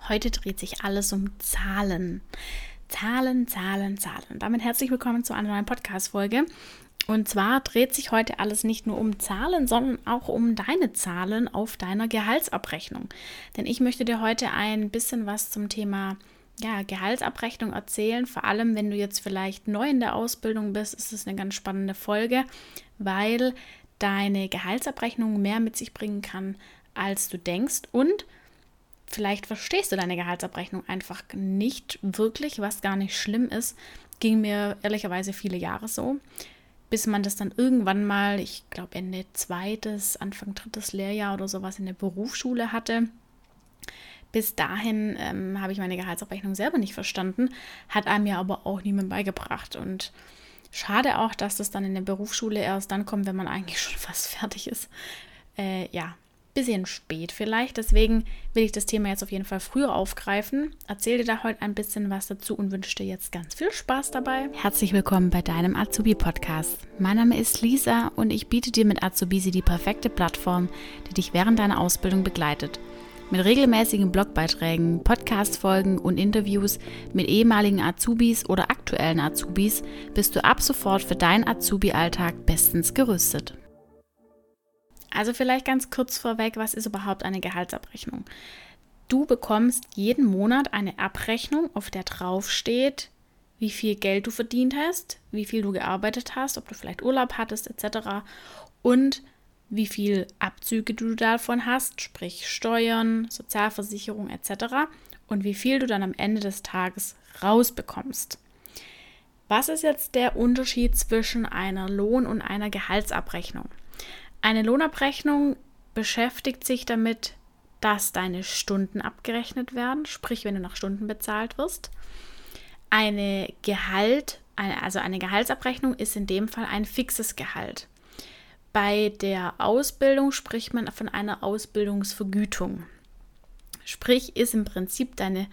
Heute dreht sich alles um Zahlen. Zahlen, Zahlen, Zahlen. Und damit herzlich willkommen zu einer neuen Podcast-Folge. Und zwar dreht sich heute alles nicht nur um Zahlen, sondern auch um deine Zahlen auf deiner Gehaltsabrechnung. Denn ich möchte dir heute ein bisschen was zum Thema Gehaltsabrechnung erzählen. Vor allem, wenn du jetzt vielleicht neu in der Ausbildung bist, ist es eine ganz spannende Folge, weil deine Gehaltsabrechnung mehr mit sich bringen kann, als du denkst. Und vielleicht verstehst du deine Gehaltsabrechnung einfach nicht wirklich, was gar nicht schlimm ist. Ging mir ehrlicherweise viele Jahre so, bis man das dann irgendwann mal, ich glaube Ende 2., Anfang 3. Lehrjahr oder sowas in der Berufsschule hatte. Bis dahin habe ich meine Gehaltsabrechnung selber nicht verstanden, hat einem ja aber auch niemand beigebracht. Und schade auch, dass das dann in der Berufsschule erst dann kommt, wenn man eigentlich schon fast fertig ist. Bisschen spät vielleicht, deswegen will ich das Thema jetzt auf jeden Fall früher aufgreifen. Erzähle dir da heute ein bisschen was dazu und wünsche dir jetzt ganz viel Spaß dabei. Herzlich willkommen bei deinem Azubi-Podcast. Mein Name ist Lisa und ich biete dir mit Azubisi die perfekte Plattform, die dich während deiner Ausbildung begleitet. Mit regelmäßigen Blogbeiträgen, Podcast-Folgen und Interviews mit ehemaligen Azubis oder aktuellen Azubis bist du ab sofort für deinen Azubi-Alltag bestens gerüstet. Also vielleicht ganz kurz vorweg, was ist überhaupt eine Gehaltsabrechnung? Du bekommst jeden Monat eine Abrechnung, auf der drauf steht, wie viel Geld du verdient hast, wie viel du gearbeitet hast, ob du vielleicht Urlaub hattest etc. und wie viel Abzüge du davon hast, sprich Steuern, Sozialversicherung etc. und wie viel du dann am Ende des Tages rausbekommst. Was ist jetzt der Unterschied zwischen einer Lohn- und einer Gehaltsabrechnung? Eine Lohnabrechnung beschäftigt sich damit, dass deine Stunden abgerechnet werden, sprich, wenn du nach Stunden bezahlt wirst. Eine Gehaltsabrechnung ist in dem Fall ein fixes Gehalt. Bei der Ausbildung spricht man von einer Ausbildungsvergütung. Sprich, ist im Prinzip deine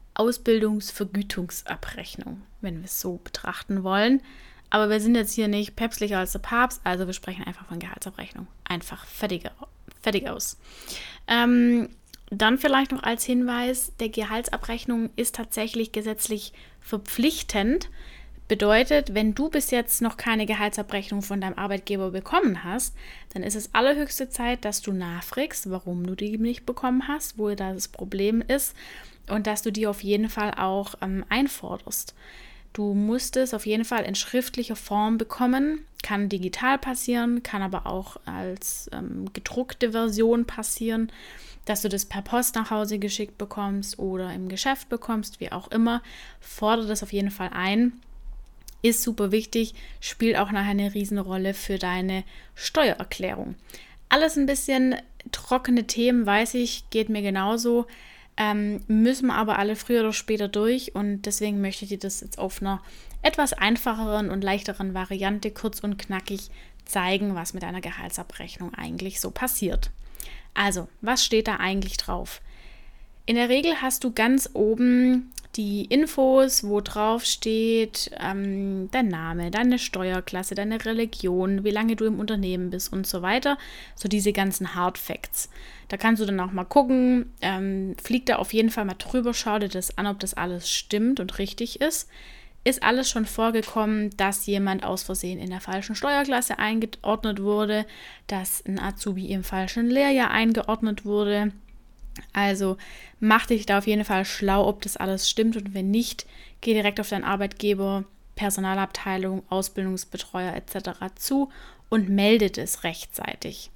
Ausbildungsvergütungsabrechnung, wenn wir es so betrachten wollen. Aber wir sind jetzt hier nicht päpstlicher als der Papst, also wir sprechen einfach von Gehaltsabrechnung. Einfach fertig aus. Dann vielleicht noch als Hinweis, der Gehaltsabrechnung ist tatsächlich gesetzlich verpflichtend. Bedeutet, wenn du bis jetzt noch keine Gehaltsabrechnung von deinem Arbeitgeber bekommen hast, dann ist es allerhöchste Zeit, dass du nachfragst, warum du die nicht bekommen hast, wo da das Problem ist und dass du die auf jeden Fall auch einforderst. Du musst es auf jeden Fall in schriftlicher Form bekommen, kann digital passieren, kann aber auch als gedruckte Version passieren, dass du das per Post nach Hause geschickt bekommst oder im Geschäft bekommst, wie auch immer. Fordere das auf jeden Fall ein, ist super wichtig, spielt auch nachher eine Riesenrolle für deine Steuererklärung. Alles ein bisschen trockene Themen, weiß ich, geht mir genauso. Müssen wir aber alle früher oder später durch und deswegen möchte ich dir das jetzt auf einer etwas einfacheren und leichteren Variante kurz und knackig zeigen, was mit einer Gehaltsabrechnung eigentlich so passiert. Also, was steht da eigentlich drauf? In der Regel hast du ganz oben die Infos, wo drauf steht, dein Name, deine Steuerklasse, deine Religion, wie lange du im Unternehmen bist und so weiter. So diese ganzen Hard Facts. Da kannst du dann auch mal gucken, flieg da auf jeden Fall mal drüber, schau dir das an, ob das alles stimmt und richtig ist. Ist alles schon vorgekommen, dass jemand aus Versehen in der falschen Steuerklasse eingeordnet wurde, dass ein Azubi im falschen Lehrjahr eingeordnet wurde? Also mach dich da auf jeden Fall schlau, ob das alles stimmt und wenn nicht, geh direkt auf deinen Arbeitgeber, Personalabteilung, Ausbildungsbetreuer etc. zu und melde das rechtzeitig.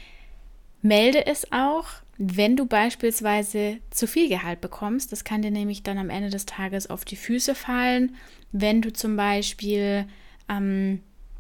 Melde es auch, wenn du beispielsweise zu viel Gehalt bekommst. Das kann dir nämlich dann am Ende des Tages auf die Füße fallen, wenn du zum Beispiel, im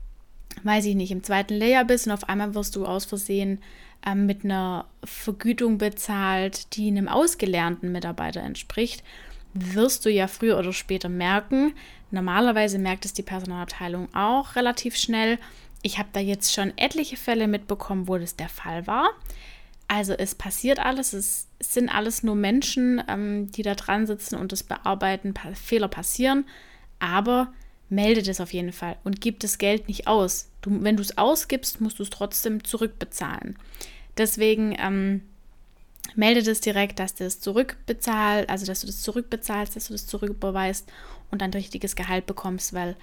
2. Lehrjahr bist und auf einmal wirst du aus Versehen mit einer Vergütung bezahlt, die einem ausgelernten Mitarbeiter entspricht, wirst du ja früher oder später merken. Normalerweise merkt es die Personalabteilung auch relativ schnell. Ich habe da jetzt schon etliche Fälle mitbekommen, wo das der Fall war. Also es passiert alles, es sind alles nur Menschen, die da dran sitzen und das bearbeiten, Fehler passieren, aber melde das auf jeden Fall und gib das Geld nicht aus. Wenn du es ausgibst, musst du es trotzdem zurückbezahlen. Deswegen melde das direkt, dass du das zurückbezahlst, dass du das zurücküberweist und dann richtiges Gehalt bekommst, weil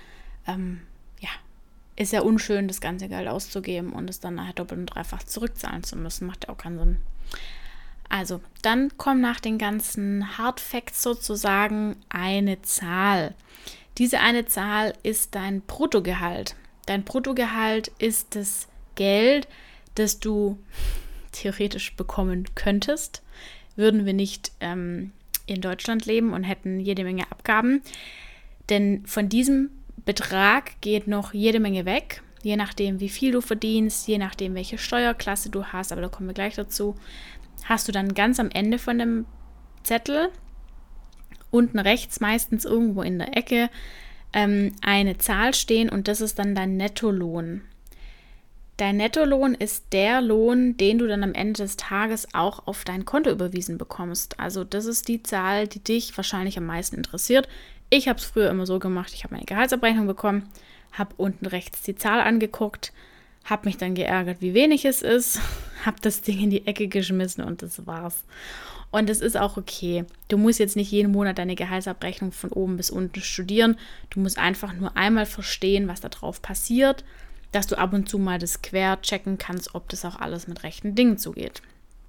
ist ja unschön, das ganze Geld auszugeben und es dann nachher doppelt und dreifach zurückzahlen zu müssen. Macht ja auch keinen Sinn. Also, dann kommt nach den ganzen Hard Facts sozusagen eine Zahl. Diese eine Zahl ist dein Bruttogehalt. Dein Bruttogehalt ist das Geld, das du theoretisch bekommen könntest, würden wir nicht in Deutschland leben und hätten jede Menge Abgaben. Denn von diesem Betrag geht noch jede Menge weg, je nachdem, wie viel du verdienst, je nachdem, welche Steuerklasse du hast, aber da kommen wir gleich dazu, hast du dann ganz am Ende von dem Zettel, unten rechts meistens irgendwo in der Ecke, eine Zahl stehen und das ist dann dein Nettolohn. Dein Nettolohn ist der Lohn, den du dann am Ende des Tages auch auf dein Konto überwiesen bekommst. Also das ist die Zahl, die dich wahrscheinlich am meisten interessiert. Ich habe es früher immer so gemacht, ich habe meine Gehaltsabrechnung bekommen, habe unten rechts die Zahl angeguckt, habe mich dann geärgert, wie wenig es ist, habe das Ding in die Ecke geschmissen und das war's. Und es ist auch okay. Du musst jetzt nicht jeden Monat deine Gehaltsabrechnung von oben bis unten studieren. Du musst einfach nur einmal verstehen, was da drauf passiert, dass du ab und zu mal das quer checken kannst, ob das auch alles mit rechten Dingen zugeht.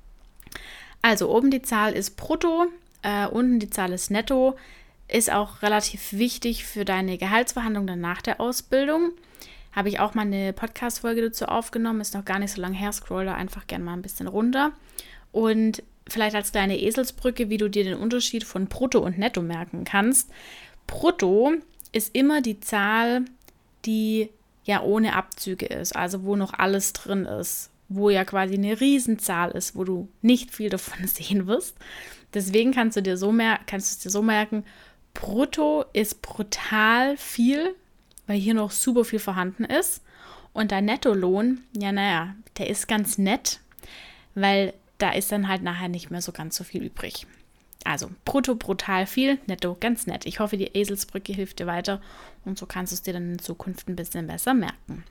Also oben die Zahl ist brutto, unten die Zahl ist netto, ist auch relativ wichtig für deine Gehaltsverhandlung dann nach der Ausbildung. Habe ich auch mal eine Podcast-Folge dazu aufgenommen, ist noch gar nicht so lange her, scroll da einfach gerne mal ein bisschen runter. Und vielleicht als kleine Eselsbrücke, wie du dir den Unterschied von brutto und netto merken kannst. Brutto ist immer die Zahl, die ja ohne Abzüge ist, also wo noch alles drin ist, wo ja quasi eine Riesenzahl ist, wo du nicht viel davon sehen wirst. Deswegen kannst du es dir so merken, brutto ist brutal viel, weil hier noch super viel vorhanden ist. Und dein Nettolohn, der ist ganz nett, weil da ist dann halt nachher nicht mehr so ganz so viel übrig. Also brutto brutal viel, netto ganz nett. Ich hoffe, die Eselsbrücke hilft dir weiter und so kannst du es dir dann in Zukunft ein bisschen besser merken.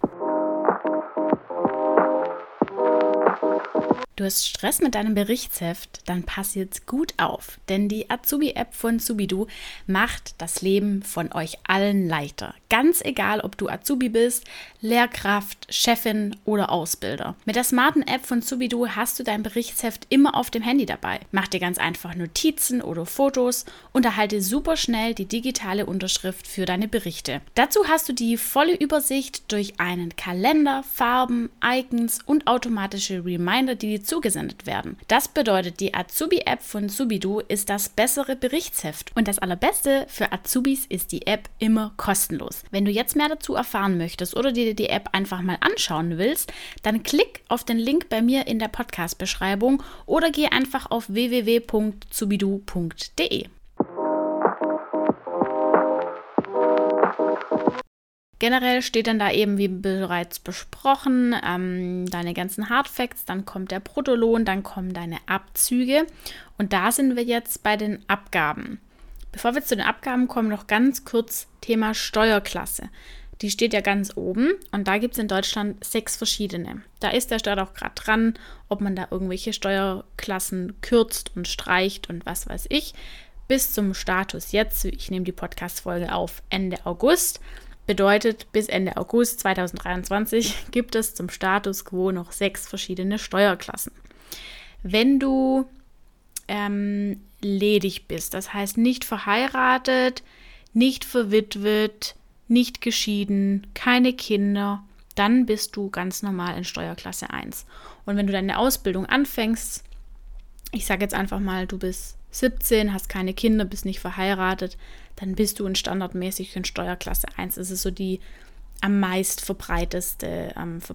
Du hast Stress mit deinem Berichtsheft, dann pass jetzt gut auf, denn die Azubi-App von Subidu macht das Leben von euch allen leichter. Ganz egal, ob du Azubi bist, Lehrkraft, Chefin oder Ausbilder. Mit der smarten App von Subidu hast du dein Berichtsheft immer auf dem Handy dabei. Mach dir ganz einfach Notizen oder Fotos und erhalte super schnell die digitale Unterschrift für deine Berichte. Dazu hast du die volle Übersicht durch einen Kalender, Farben, Icons und automatische Reminder, die dir zugesendet werden. Das bedeutet, die Azubi-App von Subidu ist das bessere Berichtsheft. Und das Allerbeste, für Azubis ist die App immer kostenlos. Wenn du jetzt mehr dazu erfahren möchtest oder dir die App einfach mal anschauen willst, dann klick auf den Link bei mir in der Podcast-Beschreibung oder geh einfach auf www.subidu.de. Generell steht dann da eben, wie bereits besprochen, deine ganzen Hardfacts, dann kommt der Bruttolohn, dann kommen deine Abzüge und da sind wir jetzt bei den Abgaben. Bevor wir zu den Abgaben kommen, noch ganz kurz Thema Steuerklasse. Die steht ja ganz oben und da gibt es in Deutschland 6 verschiedene. Da ist der Staat auch gerade dran, ob man da irgendwelche Steuerklassen kürzt und streicht und was weiß ich. Bis zum Status jetzt, ich nehme die Podcast-Folge auf Ende August, bedeutet, bis Ende August 2023 gibt es zum Status quo noch 6 verschiedene Steuerklassen. Wenn du ledig bist, das heißt nicht verheiratet, nicht verwitwet, nicht geschieden, keine Kinder, dann bist du ganz normal in Steuerklasse 1. Und wenn du deine Ausbildung anfängst, ich sage jetzt einfach mal, du bist 17, hast keine Kinder, bist nicht verheiratet, dann bist du standardmäßig in Steuerklasse 1. Das ist so die am meist verbreitetste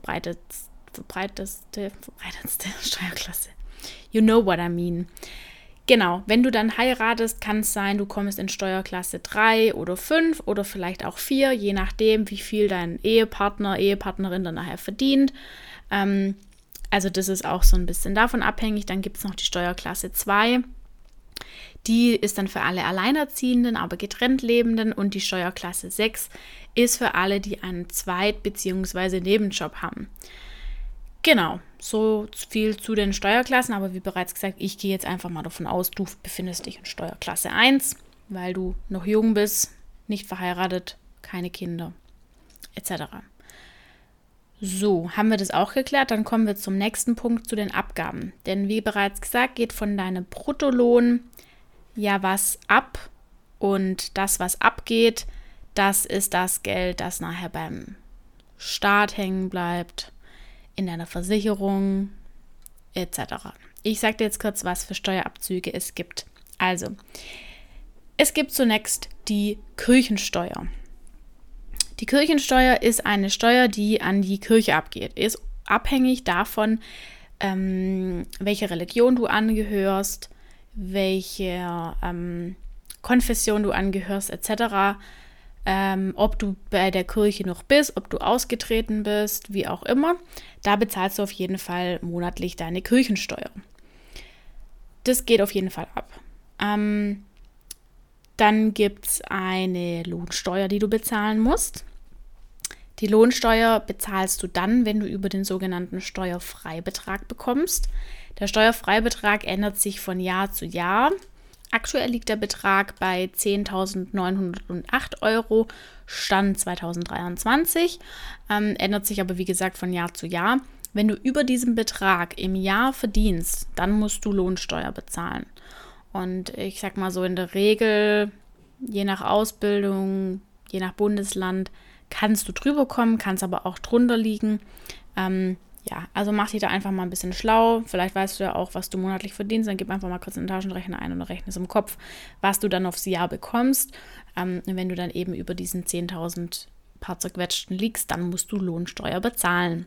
Steuerklasse. You know what I mean. Genau, wenn du dann heiratest, kann es sein, du kommst in Steuerklasse 3 oder 5 oder vielleicht auch 4, je nachdem, wie viel dein Ehepartner, Ehepartnerin dann nachher verdient. Also das ist auch so ein bisschen davon abhängig. Dann gibt es noch die Steuerklasse 2. Die ist dann für alle Alleinerziehenden, aber getrennt Lebenden und die Steuerklasse 6 ist für alle, die einen Zweit- bzw. Nebenjob haben. Genau, so viel zu den Steuerklassen, aber wie bereits gesagt, ich gehe jetzt einfach mal davon aus, du befindest dich in Steuerklasse 1, weil du noch jung bist, nicht verheiratet, keine Kinder, etc. So, haben wir das auch geklärt, dann kommen wir zum nächsten Punkt, zu den Abgaben. Denn wie bereits gesagt, geht von deinem Bruttolohn ja was ab und das, was abgeht, das ist das Geld, das nachher beim Staat hängen bleibt, in deiner Versicherung etc. Ich sage dir jetzt kurz, was für Steuerabzüge es gibt. Also, es gibt zunächst die Kirchensteuer. Die Kirchensteuer ist eine Steuer, die an die Kirche abgeht. Ist abhängig davon, welche Religion du angehörst, welche Konfession du angehörst, etc. Ob du bei der Kirche noch bist, ob du ausgetreten bist, wie auch immer. Da bezahlst du auf jeden Fall monatlich deine Kirchensteuer. Das geht auf jeden Fall ab. Dann gibt es eine Lohnsteuer, die du bezahlen musst. Die Lohnsteuer bezahlst du dann, wenn du über den sogenannten Steuerfreibetrag bekommst. Der Steuerfreibetrag ändert sich von Jahr zu Jahr. Aktuell liegt der Betrag bei 10.908 Euro, Stand 2023. Ändert sich aber, wie gesagt, von Jahr zu Jahr. Wenn du über diesen Betrag im Jahr verdienst, dann musst du Lohnsteuer bezahlen. Und ich sag mal so, in der Regel, je nach Ausbildung, je nach Bundesland, kannst du drüber kommen, kannst aber auch drunter liegen. Also mach dich da einfach mal ein bisschen schlau. Vielleicht weißt du ja auch, was du monatlich verdienst. Dann gib einfach mal kurz in den Taschenrechner ein und rechne es im Kopf, was du dann aufs Jahr bekommst. Und wenn du dann eben über diesen 10.000 paar zerquetschten liegst, dann musst du Lohnsteuer bezahlen.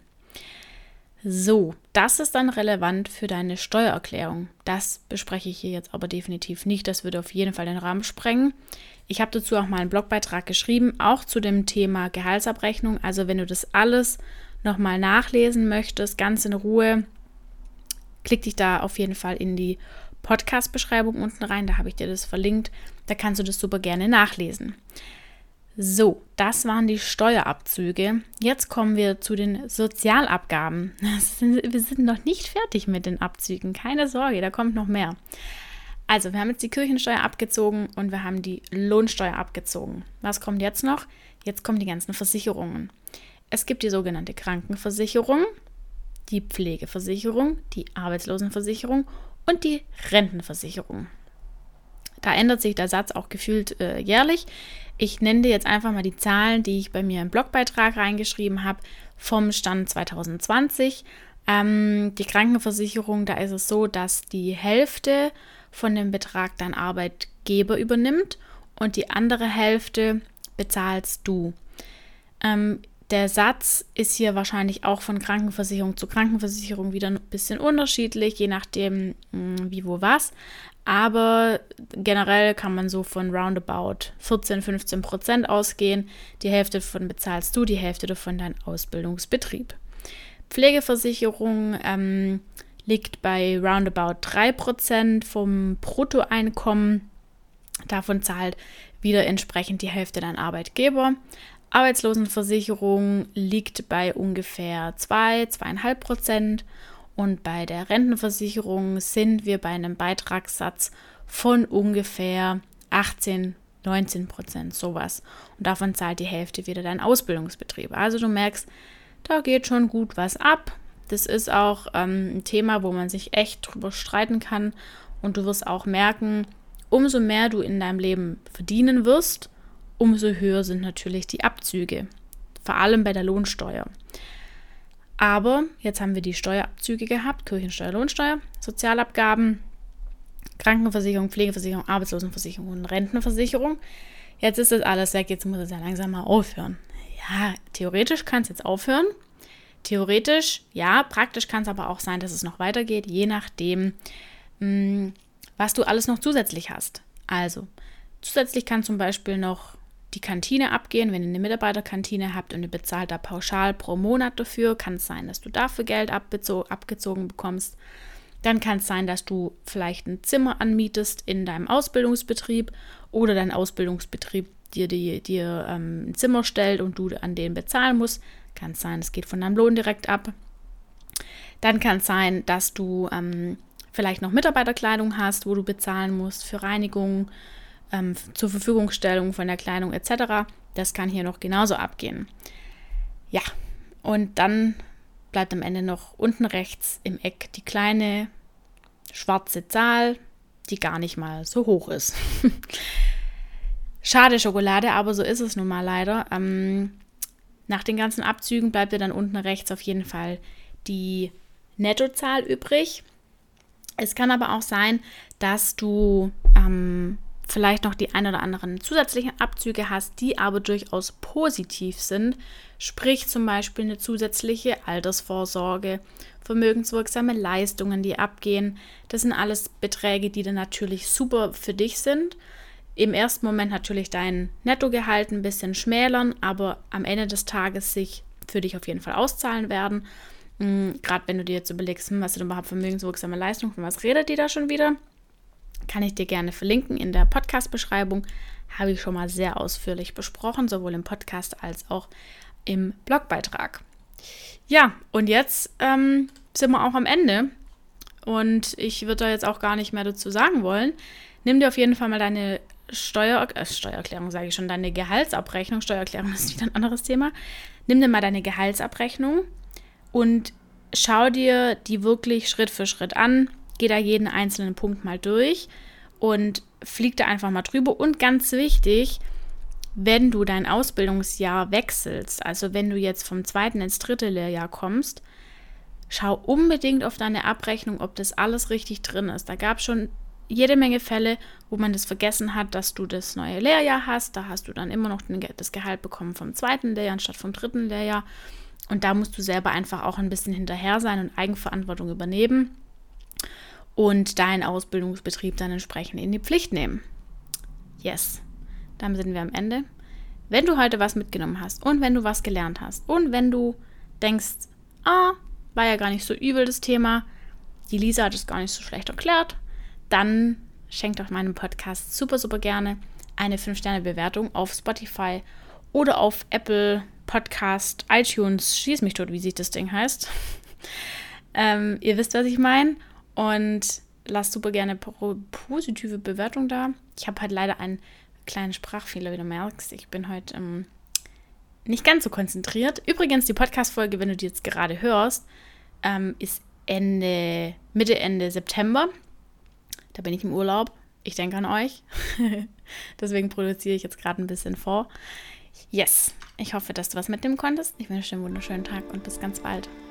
So, das ist dann relevant für deine Steuererklärung. Das bespreche ich hier jetzt aber definitiv nicht. Das würde auf jeden Fall den Rahmen sprengen. Ich habe dazu auch mal einen Blogbeitrag geschrieben, auch zu dem Thema Gehaltsabrechnung. Also wenn du das alles nochmal nachlesen möchtest, ganz in Ruhe, klick dich da auf jeden Fall in die Podcast-Beschreibung unten rein. Da habe ich dir das verlinkt. Da kannst du das super gerne nachlesen. So, das waren die Steuerabzüge. Jetzt kommen wir zu den Sozialabgaben. Wir sind noch nicht fertig mit den Abzügen. Keine Sorge, da kommt noch mehr. Also, wir haben jetzt die Kirchensteuer abgezogen und wir haben die Lohnsteuer abgezogen. Was kommt jetzt noch? Jetzt kommen die ganzen Versicherungen. Es gibt die sogenannte Krankenversicherung, die Pflegeversicherung, die Arbeitslosenversicherung und die Rentenversicherung. Da ändert sich der Satz auch gefühlt jährlich. Ich nenne dir jetzt einfach mal die Zahlen, die ich bei mir im Blogbeitrag reingeschrieben habe, vom Stand 2020. Die Krankenversicherung, da ist es so, dass die Hälfte von dem Betrag dein Arbeitgeber übernimmt und die andere Hälfte bezahlst du. Der Satz ist hier wahrscheinlich auch von Krankenversicherung zu Krankenversicherung wieder ein bisschen unterschiedlich, je nachdem wie, wo, was. Aber generell kann man so von roundabout 14-15% ausgehen. Die Hälfte davon bezahlst du, die Hälfte davon dein Ausbildungsbetrieb. Pflegeversicherung liegt bei roundabout 3% vom Bruttoeinkommen. Davon zahlt wieder entsprechend die Hälfte dein Arbeitgeber. Arbeitslosenversicherung liegt bei ungefähr 2-2,5%. Und bei der Rentenversicherung sind wir bei einem Beitragssatz von ungefähr 18-19%, sowas. Und davon zahlt die Hälfte wieder dein Ausbildungsbetrieb. Also du merkst, da geht schon gut was ab. Das ist auch ein Thema, wo man sich echt drüber streiten kann. Und du wirst auch merken, umso mehr du in deinem Leben verdienen wirst, umso höher sind natürlich die Abzüge. Vor allem bei der Lohnsteuer. Aber jetzt haben wir die Steuerabzüge gehabt, Kirchensteuer, Lohnsteuer, Sozialabgaben, Krankenversicherung, Pflegeversicherung, Arbeitslosenversicherung und Rentenversicherung. Jetzt ist das alles weg, jetzt muss es ja langsam mal aufhören. Ja, theoretisch kann es jetzt aufhören. Theoretisch, ja, praktisch kann es aber auch sein, dass es noch weitergeht, je nachdem, was du alles noch zusätzlich hast. Also, zusätzlich kann zum Beispiel noch die Kantine abgehen, wenn ihr eine Mitarbeiterkantine habt und ihr bezahlt da pauschal pro Monat dafür, kann es sein, dass du dafür Geld abgezogen bekommst. Dann kann es sein, dass du vielleicht ein Zimmer anmietest in deinem Ausbildungsbetrieb oder dein Ausbildungsbetrieb dir ein Zimmer stellt und du an den bezahlen musst. Kann es sein, es geht von deinem Lohn direkt ab. Dann kann es sein, dass du vielleicht noch Mitarbeiterkleidung hast, wo du bezahlen musst für Reinigung, zur Verfügungstellung von der Kleidung etc. Das kann hier noch genauso abgehen. Ja, und dann bleibt am Ende noch unten rechts im Eck die kleine schwarze Zahl, die gar nicht mal so hoch ist. Schade Schokolade, aber so ist es nun mal leider. Nach den ganzen Abzügen bleibt dir dann unten rechts auf jeden Fall die Nettozahl übrig. Es kann aber auch sein, dass du vielleicht noch die ein oder anderen zusätzlichen Abzüge hast, die aber durchaus positiv sind. Sprich zum Beispiel eine zusätzliche Altersvorsorge, vermögenswirksame Leistungen, die abgehen. Das sind alles Beträge, die dann natürlich super für dich sind. Im ersten Moment natürlich dein Nettogehalt ein bisschen schmälern, aber am Ende des Tages sich für dich auf jeden Fall auszahlen werden. Gerade wenn du dir jetzt überlegst, was sind überhaupt vermögenswirksame Leistungen, von was redet die da schon wieder? Kann ich dir gerne verlinken in der Podcast-Beschreibung. Habe ich schon mal sehr ausführlich besprochen, sowohl im Podcast als auch im Blogbeitrag. Ja, und jetzt sind wir auch am Ende. Und ich würde da jetzt auch gar nicht mehr dazu sagen wollen. Nimm dir auf jeden Fall mal deine Steuererklärung, sage ich schon, deine Gehaltsabrechnung. Steuererklärung ist wieder ein anderes Thema. Nimm dir mal deine Gehaltsabrechnung und schau dir die wirklich Schritt für Schritt an. Geh da jeden einzelnen Punkt mal durch und flieg da einfach mal drüber. Und ganz wichtig, wenn du dein Ausbildungsjahr wechselst, also wenn du jetzt vom 2. ins 3. Lehrjahr kommst, schau unbedingt auf deine Abrechnung, ob das alles richtig drin ist. Da gab es schon jede Menge Fälle, wo man das vergessen hat, dass du das neue Lehrjahr hast. Da hast du dann immer noch das Gehalt bekommen vom 2. Lehrjahr anstatt vom 3. Lehrjahr. Und da musst du selber einfach auch ein bisschen hinterher sein und Eigenverantwortung übernehmen und deinen Ausbildungsbetrieb dann entsprechend in die Pflicht nehmen. Yes, damit sind wir am Ende. Wenn du heute was mitgenommen hast und wenn du was gelernt hast und wenn du denkst, war ja gar nicht so übel das Thema, die Lisa hat es gar nicht so schlecht erklärt, dann schenkt doch meinem Podcast super, super gerne eine 5-Sterne-Bewertung auf Spotify oder auf Apple Podcast, iTunes, schieß mich tot, wie sich das Ding heißt. Ihr wisst, was ich meine. Und lasst super gerne positive Bewertung da. Ich habe halt leider einen kleinen Sprachfehler, wie du merkst. Ich bin heute nicht ganz so konzentriert. Übrigens, die Podcast-Folge, wenn du die jetzt gerade hörst, ist Mitte, Ende September. Da bin ich im Urlaub. Ich denke an euch. Deswegen produziere ich jetzt gerade ein bisschen vor. Yes, ich hoffe, dass du was mitnehmen konntest. Ich wünsche dir einen wunderschönen Tag und bis ganz bald.